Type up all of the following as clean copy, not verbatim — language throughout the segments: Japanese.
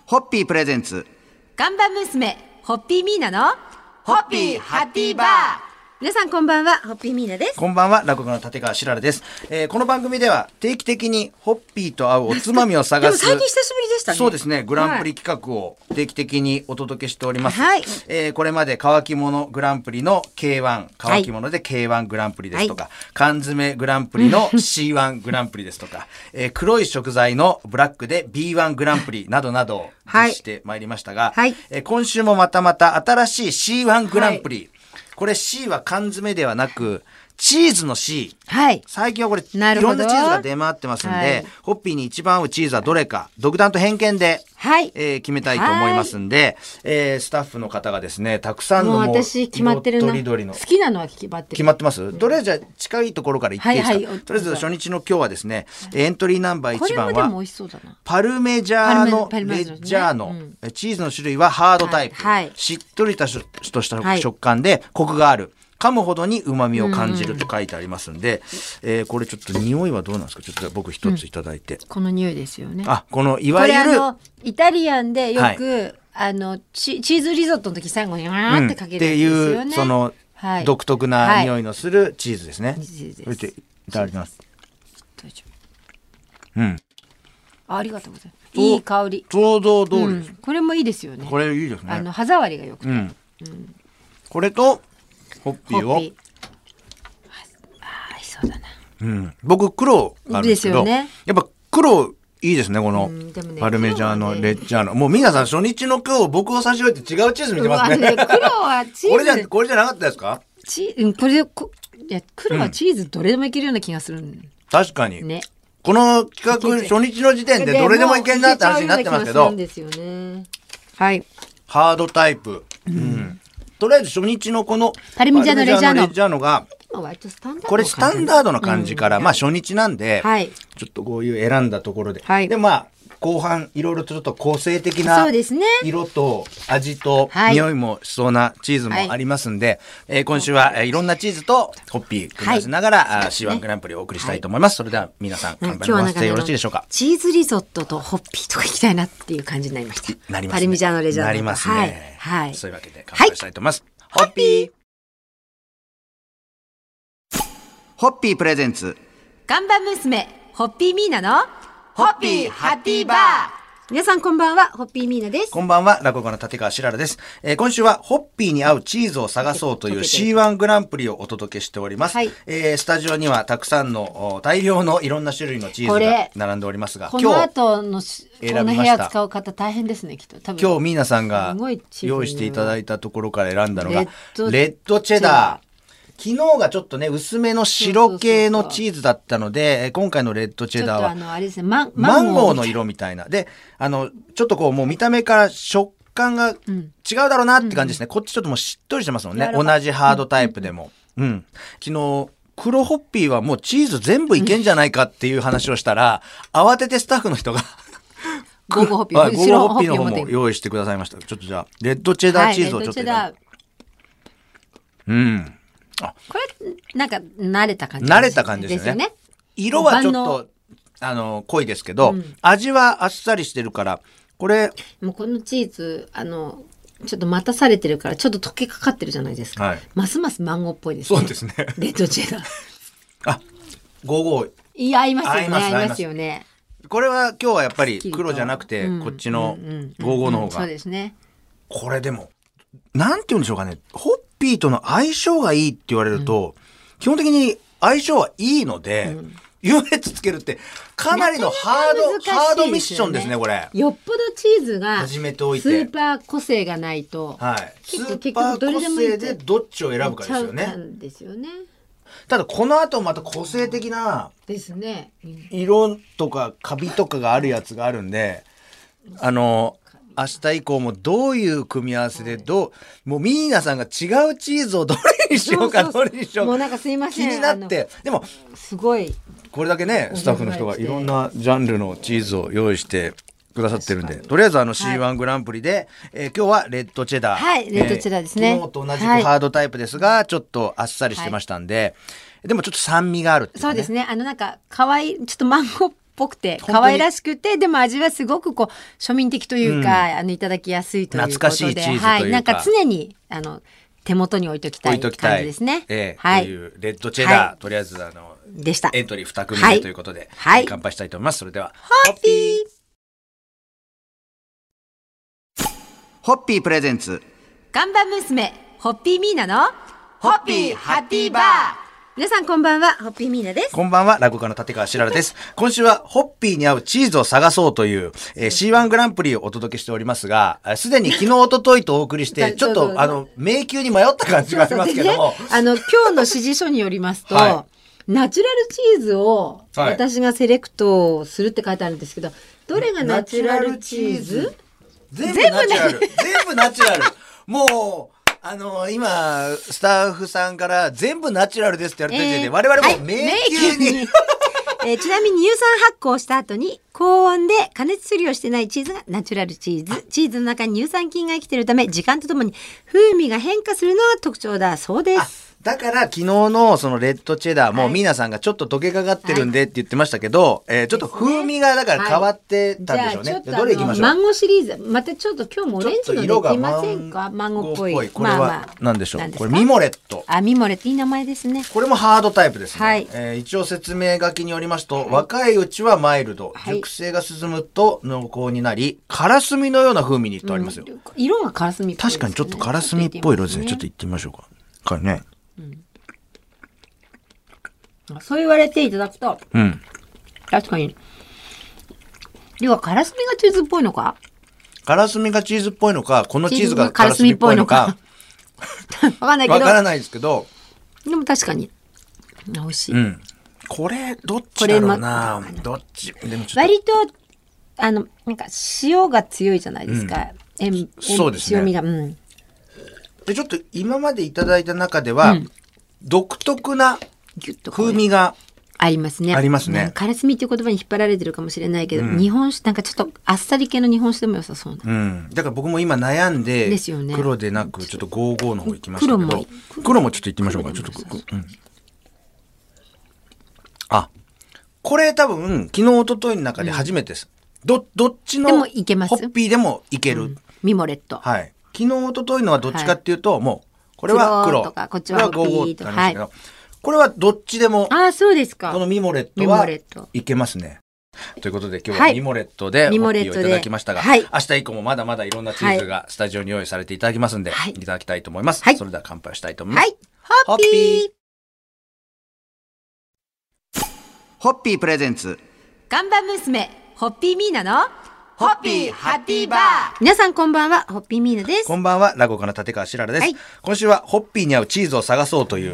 ホッピープレゼンツ看板娘ホッピーミーナのホッピーハッピーバー。 皆さんこんばんは、ホッピーミーナです。 こんばんは、落語の立川しららです。この番組では定期的にホッピーと合うおつまみを探すでも最近久しぶりでしたね。 そうですね、グランプリ企画を定期的にお届けしております、 はい。 これまで乾き物グランプリの K1 乾き物で K1 グランプリですとか、はい、缶詰グランプリの C1 グランプリですとか、黒い食材のブラックで B1 グランプリなどなどを実施してまいりましたが、はい、今週もまた新しい C1 グランプリ、はい、これ C は缶詰ではなくチーズの C、はい、最近はこれいろんなチーズが出回ってますんで、はい、ホッピーに一番合うチーズはどれか独断と偏見で、はい決めたいと思いますんで、スタッフの方がですねたくさんのもう私決まってるな、 とりどりの好きなのは決まってます、とりあえずじゃあ近いところから言っていいですか、はいはい、とりあえず初日の今日はですね、エントリーナンバー1番はパルメジャーノレッジャーノ、チーズの種類はハードタイプ、はいはい、しっとりとした食感でコクがある、噛むほどに旨味を感じると書いてありますんで、これちょっと匂いはどうなんですか。ちょっと僕一ついただいて、 この匂いですよね。 このいわゆるイタリアンでよく、はい、チーズリゾットの時最後にわーってかけるやつですよね、 っていうその、はい、独特な匂いのするチーズですね、はい、いただきます。 ありがとうございます。いい香り、 想像通りです、 これもいいですよね。 これいいですね。 歯触りがよくて、 これとホッピーを合いそうだな、 僕黒あるんですけど、ね、やっぱ黒いいですね、このパルメジャーノレッジャーノ、もう皆さん初日の今日僕を差し置いて違うチーズ見てますね。 黒はチーズこれじゃなかったですか。 いや黒はチーズどれでもいけるような気がする、 確かに、ね、この企画初日の時点でどれでもいけんなって話になってますけど、はい、ハードタイプ、とりあえず初日のこのパルミジャーノレッジャーノがこれスタンダードな感じから、初日なんで、ちょっとこういう選んだところで、で後半いろいろちょっと個性的な色と味と匂いもしそうなチーズもありますんで、今週はいろんなチーズとホッピー組み合わせながら、C1 グランプリをお送りしたいと思います。それでは皆さん頑張ります。よろしいでしょうか。 チーズリゾットとホッピーとかいきたいなっていう感じになりました。 なりますね。 パルミジャーノレッジャーノなりますね。はい。そういうわけで乾杯したいと思います。ホッピー。ホッピープレゼンツ看板娘ホッピーミーナのホッピーハッピーバー。 皆さんこんばんは、ホッピーミーナです。 こんばんは、落語家の立川しららです。今週はホッピーに合うチーズを探そうという C1 グランプリをお届けしております。スタジオにはたくさんの大量のいろんな種類のチーズが並んでおりますが、 この後のこの部屋使う方大変ですね、きっと。多分今日ミーナさんが用意していただいたところから選んだのがレッドチェダー。昨日がちょっとね薄めの白系のチーズだったので、今回のレッドチェダーはあれですね、マンゴーの色みたいなで、ちょっとこうもう見た目から食感が違うだろうなって感じですね、こっちちょっともうしっとりしてますもんね、同じハードタイプでも、昨日黒ホッピーはもうチーズ全部いけんじゃないかっていう話をしたら、慌ててスタッフの人がゴーゴーホッピー、 白ホッピーの方も用意してくださいました。ちょっとじゃあレッドチェダーチーズをちょっと、 これなんか慣れた感じですよね。色はちょっと濃いですけど、味はあっさりしてるから、これもうこのチーズちょっと待たされてるからちょっと溶けかかってるじゃないですか、ますますマンゴーっぽいですね。 そうですね。 レッドチェダー 55 いや合いますよね。合いますよね。 これは今日はやっぱり黒じゃなくてこっちの55の方が、 そうですね。 これでもなんて言うんでしょうかね、ホッピーとの相性がいいって言われると、基本的に相性はいいので、優劣つけるってかなりのハードミッションですね、これ。 よっぽどチーズがスーパー個性がないと、 スーパー個性でどっちを選ぶかですよね。ただこの後また個性的な色とかカビとかがあるやつがあるんで、明日以降もどういう組み合わせでもうミーナさんが違うチーズをどれにしようかどれにしようか、 もうなんかすいません、 気になって。でもすごいこれだけねスタッフの人がいろんなジャンルのチーズを用意してくださってるんで、とりあえずC1 グランプリで、今日はレッドチェダー、 レッドチェダーですね。 昨日と同じくハードタイプですが、ちょっとあっさりしてましたんで、でもちょっと酸味があるっていうね。 そうですね。なんか可愛いちょっとマンゴーっぽくて可愛らしくて、でも味はすごくこう庶民的というか、いただきやすいということで、 懐かしいチーズというか、 なんか常に手元に置いときたい感じですね。 はい。というレッドチェダー、とりあえずでした。 エントリー2組目ということで、 はい、 乾杯したいと思います。それではホッピーホッピープレゼンツ看板娘ホッピーミーナのホッピーハッピーバー。 皆さんこんばんは、ホッピーミーナです。 こんばんは、落語家の立川しららです。今週はホッピーに合うチーズを探そうという、C1 グランプリをお届けしておりますが、すでに昨日一昨日とお送りしてちょっと迷宮に迷った感じがありますけども、 今日の指示書によりますと、ナチュラルチーズを私がセレクトするって書いてあるんですけど、どれがナチュラルチーズ？ 全部ナチュラル。全部ナチュラル。もう今スタッフさんから全部ナチュラルですって言われてて、我々も迷宮に、 ちなみに乳酸発酵した後に高温で加熱処理をしてないチーズがナチュラルチーズ。チーズの中に乳酸菌が生きているため、時間とともに風味が変化するのが特徴だそうです。 だから昨日のそのレッドチェダーもミーナさんがちょっと溶けかかってるんでって言ってましたけど、ちょっと風味がだから変わってたんでしょうね。どれいきましょう。 マンゴーシリーズ、またちょっと今日もオレンジのでいきませんか？マンゴーっぽい。 これは何でしょう。これミモレット。 ミモレットいい名前ですね。 これもハードタイプですね。一応説明書きによりますと、若いうちはマイルド、熟成が進むと濃厚になり、カラスミのような風味にとありますよ。 色がカラスミっぽい。 確かにちょっとカラスミっぽい色ですね。ちょっといってみましょうか。これね。 そう言われていただくと、確かに。では、カラスミがチーズっぽいのか？ カラスミがチーズっぽいのか、このチーズがカラスミっぽいのか。 わかんないけど。 わからないですけど。 でも確かに、美味しい。 これ、どっちだろうな。どっちでもちょっと割と、なんか塩が強いじゃないですか。 そうですね。 塩味が。 で、ちょっと今までいただいた中では、独特な風味がありますね。 ありますね。 カラスミっていう言葉に引っ張られてるかもしれないけど、日本酒なんかちょっとあっさり系の日本酒でも良さそうな。 だから僕も今悩んで、黒でなくちょっと55の方行きましたけど、黒もちょっと行ってみましょうか。ちょっとこれ多分昨日一昨日の中で初めてです。どっちのホッピーでもいける。 ミモレット。 はい。昨日一昨日のはどっちかっていうと、もうこれは黒とかこっちは 55って感じですけど。これはどっちでも、 そうですか。 このミモレットはいけますね。ということで今日はミモレットでホッピーをいただきましたが、明日以降もまだまだいろんなチーズがスタジオに用意されていただきますんで、いただきたいと思います。それでは乾杯したいと思います。 ホッピーホッピープレゼンツ看板娘ホッピーミーナのホッピーハッピーバー。 皆さんこんばんは、ホッピーミーナです。 こんばんは、落語家の立川しららです。今週はホッピーに合うチーズを探そうという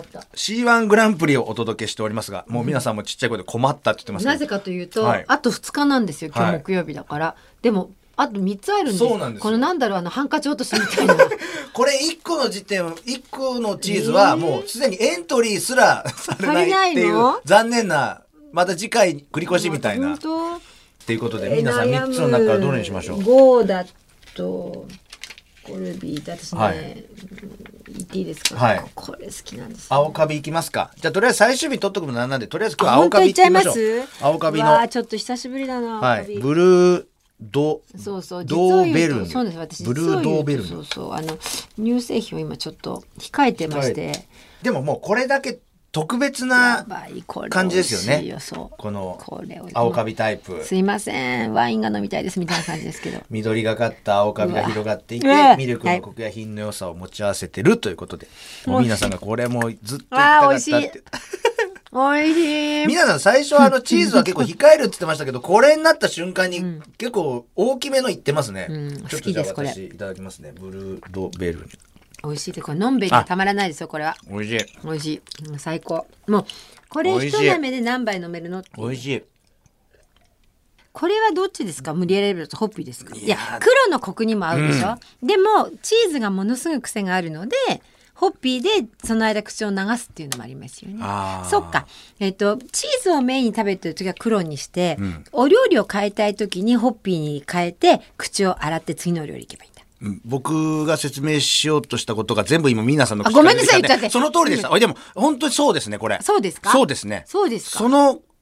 C1 グランプリをお届けしておりますが、もう皆さんもちっちゃい声で困ったって言ってますけど、 なぜかというと、あと2日なんですよ、今日木曜日だから。でもあと3つあるんです。 そうなんですよ。 このなんだろう、ハンカチ落としみたいなこれ1個の時点、1個のチーズはもうすでにエントリーすらされないっていう残念な、また次回繰り越しみたいなっていうことで、皆さん3つの中からどれにしましょう。 5だとコルビーだとね、言っていいですか？これ好きなんです。 青カビいきますか？じゃあとりあえず最終日取っとくのなんで、とりあえず今日は青カビいってみましょう。青カビのちょっと久しぶりだな。 ブルードーベルヌ。 そうです、私ブルードーベルヌ。 乳製品を今ちょっと控えてまして。 でももうこれだけ特別な感じですよね。この青カビタイプ。 すいません、ワインが飲みたいですみたいな感じですけど。 緑がかった青カビが広がっていて、ミルクのコクや品の良さを持ち合わせてるということで、もう皆さんがこれもずっと言いたかったって。 おいしい。 皆さん最初チーズは結構控えるって言ってましたけど、これになった瞬間に結構大きめのいってますね。ちょっとじゃあ私いただきますね。ブルードベルヌ。 美味しいで、これのんべりがたまらないですよ、これは。 美味しい。 美味しい。最高。もうこれ一舐めで何杯飲めるの？ 美味しい。 これはどっちですか？無理やりレベルとホッピーですか？いや、黒のコクにも合うでしょ。でもチーズがものすごい癖があるので、ホッピーでその間口を流すっていうのもありますよね。そっか。チーズをメインに食べてる時は黒にして、お料理を変えたい時にホッピーに変えて口を洗って次のお料理行けばいいんだ。 僕が説明しようとしたことが全部今皆さんの口から出てきたんで。ごめんなさい、言っちゃって。 その通りでした。でも本当にそうですね、これ。 そうですか？ そうですね。 そうですか？ その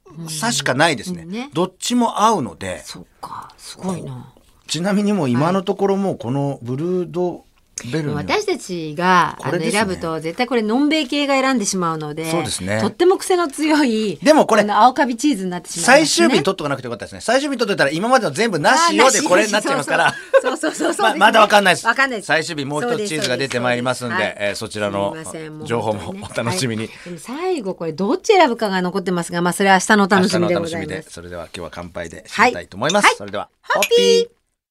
さしかないですね。どっちも合うので。 そっか、すごいな。 ちなみにもう今のところもうこのブルードベルニュ私たちが選ぶと絶対これのんべい系が選んでしまうので、 そうですね、 とっても癖の強いでもこれ青カビチーズになってしまいますね。 最終日に取っとかなくてよかったですね。最終日に取っといたら今までの全部なしよでこれになっちゃいますからまだわかんないです。最終日もう一つチーズが出てまいりますんで、そちらの情報もお楽しみに、 でも最後これどっち選ぶかが残ってますが、それは明日のお楽しみでございます。 それでは今日は乾杯で締めたいと思います。それではホッピー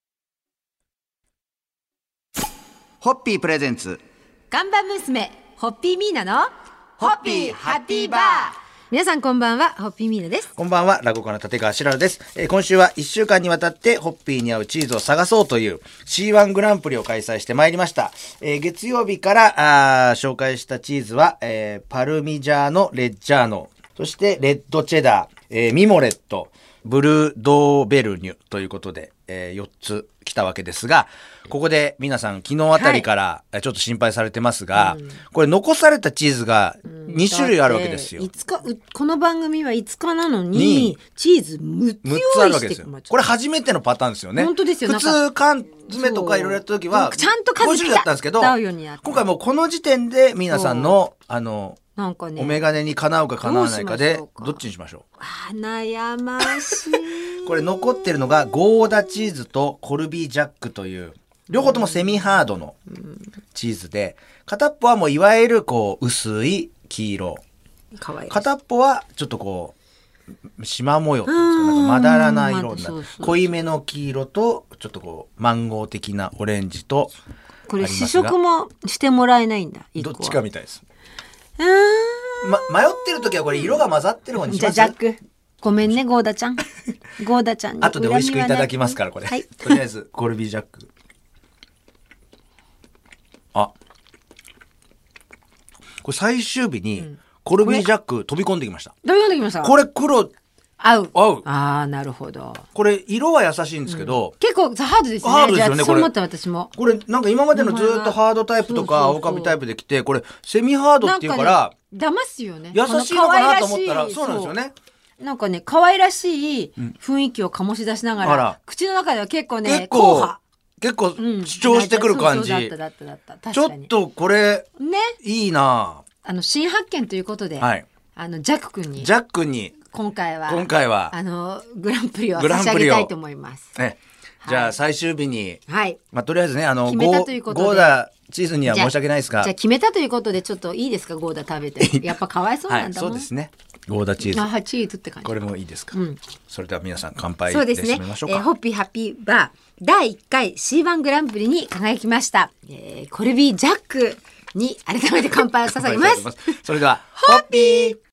ホッピープレゼンツ看板娘ホッピーミーナのホッピーハッピーバー。 皆さんこんばんは、ホッピーミーナです。 こんばんは、落語家の立川しららです。今週は1週間にわたってホッピーに合うチーズを探そうという C1 グランプリを開催してまいりました。月曜日から紹介したチーズは、パルミジャーノ・レッジャーノ、そしてレッドチェダー、ミモレット、ブルードーベルニュということで、4つ来たわけですが、ここで皆さん昨日あたりからちょっと心配されてますが、これ残されたチーズが2種類あるわけですよ。 この番組は5日なのにチーズ6つ用意してくる。 これ初めてのパターンですよね。 本当ですよ。 普通缶詰とかいろいろやった時はちゃんと数 5種類だったんですけど、今回もうこの時点で皆さんのなんかね、 お眼鏡にかなうかかなわないかでどっちにしましょう。 悩ましいこれ残ってるのがゴーダチーズとコルビージャックという両方ともセミハードのチーズで、片っぽはもういわゆるこう薄い黄色、片っぽはちょっとこう縞模様っていうんですか、なんかまだらな色になる濃いめの黄色とちょっとこうマンゴー的なオレンジと、 これ試食もしてもらえないんだ。 どっちかみたいです。迷ってる時はこれ色が混ざってる方にします。 じゃあジャックごめんね、ゴーダちゃん。ゴーダちゃんに後で美味しくいただきますからこれ、はい、とりあえずコルビージャック。これ最終日にコルビージャック飛び込んできました。 飛び込んできました。 これ黒合う。なるほど。 これ色は優しいんですけど、 結構ハードですね。 ハードですよね。 そう思った私も。 これなんか今までのずっとハードタイプとか青カビタイプで来て、これセミハードっていうから騙すよね。 優しいのかなと思ったらそうなんですよね。 なんかね、可愛らしい雰囲気を醸し出しながら、口の中では結構ね、硬派。 結構主張してくる感じ。ちょっとこれいいな。 新発見ということで、ジャックに今回はグランプリを差し上げたいと思います。 じゃあ最終日に、とりあえずね、ゴーダチーズには申し訳ないですが、 じゃあ決めたということでちょっといいですか、ゴーダ食べて。やっぱかわいそうなんだもん。 そうですね。ゴーダチーズ。 チーズって感じ。 これもいいですか。それでは皆さん乾杯で締めましょうか。 ホッピーハッピーバー第1回 C1 グランプリに輝きました、コルビージャックに改めて乾杯を捧げます。 それではホッピー。